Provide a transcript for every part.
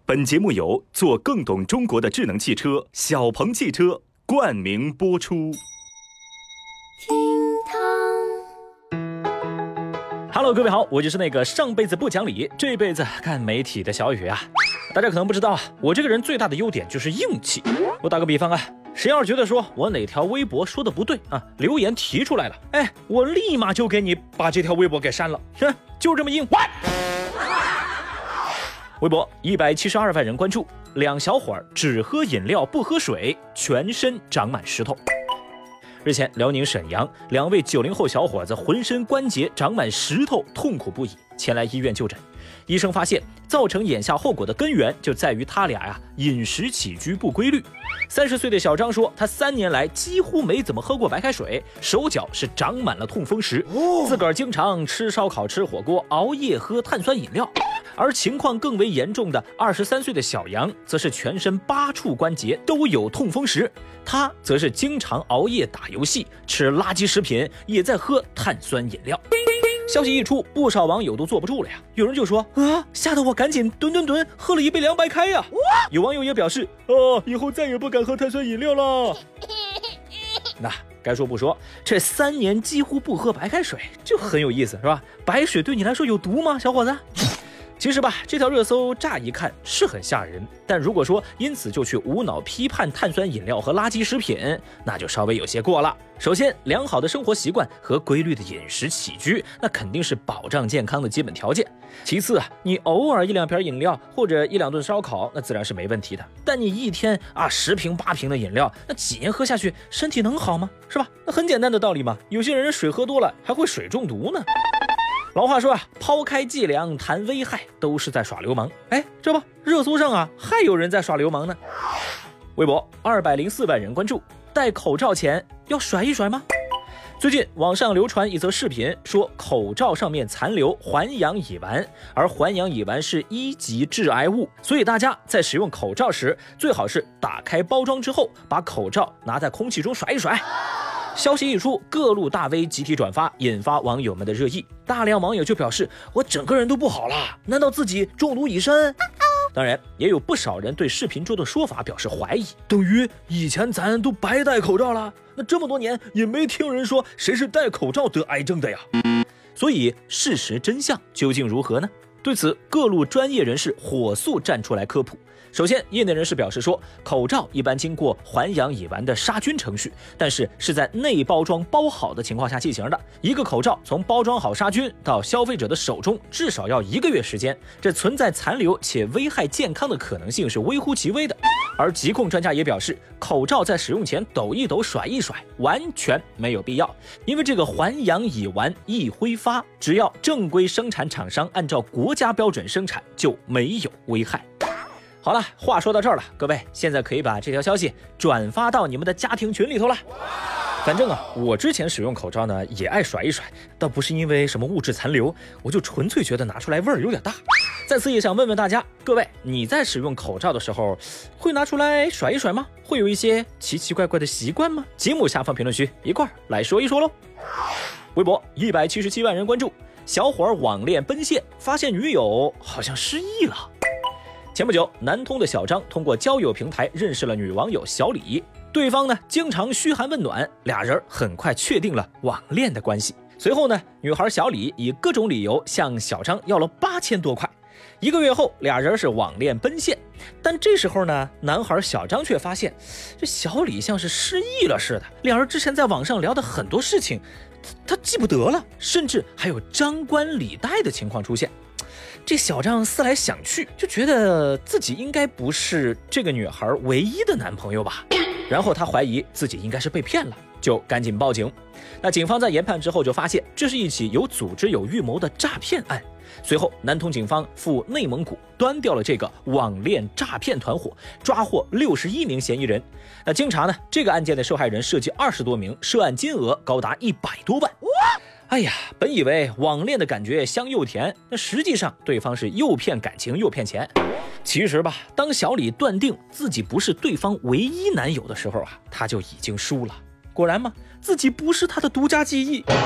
本节目由做更懂中国的智能汽车小鹏汽车冠名播出。Hello， 各位好，我就是那个上辈子不讲理，这辈子干媒体的小雨啊。大家可能不知道啊，我这个人最大的优点就是硬气。我打个比方啊，谁要是觉得说我哪条微博说的不对啊，留言提出来了，我立马就给你把这条微博给删了，就这么硬。微博172万人关注，两小伙只喝饮料不喝水，全身长满石头。日前，辽宁沈阳两位90后小伙子浑身关节长满石头，痛苦不已，前来医院就诊。医生发现，造成眼下后果的根源就在于他俩饮食起居不规律。30岁的小张说，他3年来几乎没怎么喝过白开水，手脚是长满了痛风石，自个儿经常吃烧烤、吃火锅，熬夜喝碳酸饮料。而情况更为严重的23岁的小杨，则是全身8处关节都有痛风石，他则是经常熬夜打游戏，吃垃圾食品，也在喝碳酸饮料。消息一出，不少网友都坐不住了呀。有人就说吓得我赶紧吨喝了一杯凉白开呀。有网友也表示以后再也不敢喝碳酸饮料了。那该说不说，这3年几乎不喝白开水就很有意思，是吧？白水对你来说有毒吗，小伙子？其实吧，这条热搜乍一看是很吓人，但如果说因此就去无脑批判碳酸饮料和垃圾食品，那就稍微有些过了。首先，良好的生活习惯和规律的饮食起居，那肯定是保障健康的基本条件。其次你偶尔1-2瓶饮料或者1-2顿烧烤，那自然是没问题的。但你一天10瓶8瓶的饮料，那几年喝下去，身体能好吗？是吧？那很简单的道理嘛。有些人水喝多了还会水中毒呢。老话说抛开伎俩谈危害，都是在耍流氓。这不，热搜上还有人在耍流氓呢。微博204万人关注，戴口罩前要甩一甩吗？最近网上流传一则视频，说口罩上面残留环氧乙烷，而环氧乙烷是1级致癌物，所以大家在使用口罩时，最好是打开包装之后，把口罩拿在空气中甩一甩。消息一出，各路大 V 集体转发，引发网友们的热议。大量网友就表示，我整个人都不好了，难道自己中毒已深？当然，也有不少人对视频中的说法表示怀疑，等于以前咱都白戴口罩了，那这么多年也没听人说谁是戴口罩得癌症的呀。所以事实真相究竟如何呢？对此，各路专业人士火速站出来科普。首先，业内人士表示说，口罩一般经过环氧乙烷的杀菌程序，但是在内包装包好的情况下进行的。一个口罩从包装好杀菌到消费者的手中，至少要1个月时间，这存在残留且危害健康的可能性是微乎其微的。而疾控专家也表示，口罩在使用前抖一抖甩一甩完全没有必要，因为这个环氧乙烷易挥发，只要正规生产厂商按照国家标准生产，就没有危害。好了，话说到这儿了，各位现在可以把这条消息转发到你们的家庭群里头了。反正我之前使用口罩呢也爱甩一甩，倒不是因为什么物质残留，我就纯粹觉得拿出来味儿有点大。在此也想问问大家，各位你在使用口罩的时候会拿出来甩一甩吗？会有一些奇奇怪怪的习惯吗？节目下方评论区一块儿来说一说喽。微博177万人关注，小伙网恋奔现，发现女友好像失忆了。前不久，南通的小张通过交友平台认识了女网友小李，对方呢经常嘘寒问暖，俩人很快确定了网恋的关系。随后呢，女孩小李以各种理由向小张要了8000多块。1个月后，俩人是网恋奔现，但这时候呢，男孩小张却发现这小李像是失忆了似的，两人之前在网上聊的很多事情他记不得了，甚至还有张冠李戴的情况出现。这小张思来想去，就觉得自己应该不是这个女孩唯一的男朋友吧，然后他怀疑自己应该是被骗了，就赶紧报警。那警方在研判之后就发现，这是一起有组织有预谋的诈骗案。随后，南通警方赴内蒙古端掉了这个网恋诈骗团伙，抓获61名嫌疑人。那经查呢，这个案件的受害人涉及20多名，涉案金额高达100多万。哎呀，本以为网恋的感觉香又甜，那实际上对方是又骗感情又骗钱。其实吧，当小李断定自己不是对方唯一男友的时候他就已经输了。果然嘛，自己不是他的独家记忆。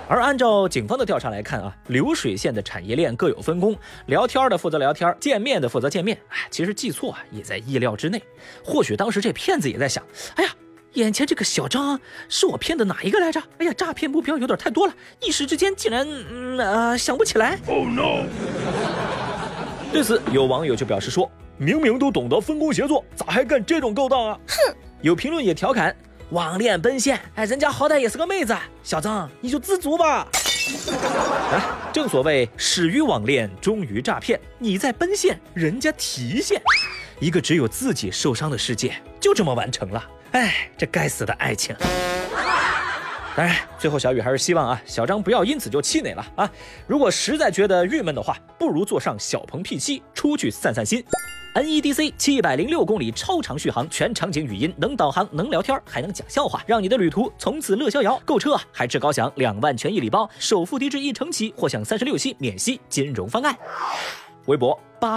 而按照警方的调查来看啊，流水线的产业链各有分工，聊天的负责聊天，见面的负责见面。其实记错也在意料之内。或许当时这骗子也在想，哎呀，眼前这个小张是我骗的哪一个来着？哎呀，诈骗目标有点太多了，一时之间竟然想不起来。Oh no！ 对此，有网友就表示说，明明都懂得分工协作，咋还干这种勾当啊？哼！有评论也调侃，网恋奔现，人家好歹也是个妹子，小张你就知足吧。正所谓始于网恋，终于诈骗，你在奔现，人家提现，一个只有自己受伤的世界就这么完成了。这该死的爱情。当然，最后小雨还是希望啊，小张不要因此就气馁了啊。如果实在觉得郁闷的话，不如坐上小鹏 P7 出去散散心。NEDC 706公里超长续航，全场景语音，能导航，能聊天，还能讲笑话，让你的旅途从此乐逍遥。购车还至高享2万权益礼包，首付低至1成起，或享36期免息金融方案。微博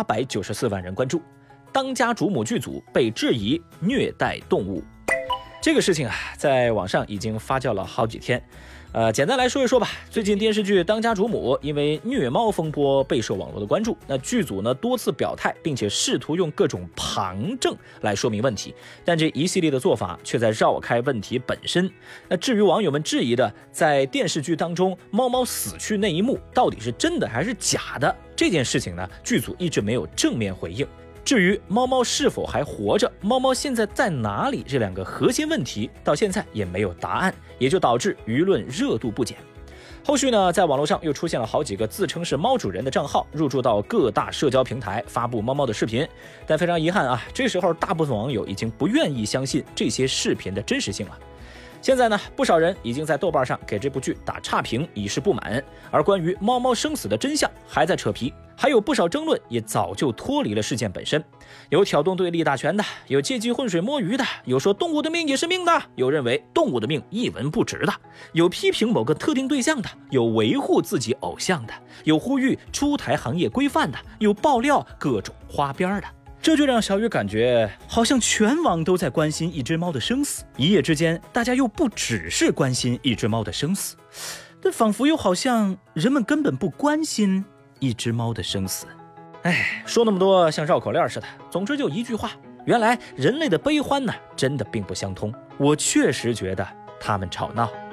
894万人关注，当家主母剧组被质疑虐待动物。这个事情啊，在网上已经发酵了好几天。简单来说一说吧。最近电视剧《当家主母》因为虐猫风波备受网络的关注，那剧组呢多次表态，并且试图用各种旁证来说明问题，但这一系列的做法却在绕开问题本身。那至于网友们质疑的，在电视剧当中猫猫死去那一幕到底是真的还是假的，这件事情呢，剧组一直没有正面回应。至于猫猫是否还活着，猫猫现在在哪里，这两个核心问题到现在也没有答案，也就导致舆论热度不减。后续呢，在网络上又出现了好几个自称是猫主人的账号，入驻到各大社交平台发布猫猫的视频。但非常遗憾啊，这时候大部分网友已经不愿意相信这些视频的真实性了。现在呢，不少人已经在豆瓣上给这部剧打差评，以示不满。而关于猫猫生死的真相还在扯皮，还有不少争论也早就脱离了事件本身。有挑动对立打拳的，有借机浑水摸鱼的，有说动物的命也是命的，有认为动物的命一文不值的，有批评某个特定对象的，有维护自己偶像的，有呼吁出台行业规范的，有爆料各种花边的。这就让小雨感觉好像全网都在关心一只猫的生死，一夜之间大家又不只是关心一只猫的生死，但仿佛又好像人们根本不关心一只猫的生死。说那么多像绕口令似的，总之就一句话，原来人类的悲欢呢真的并不相通。我确实觉得他们吵闹。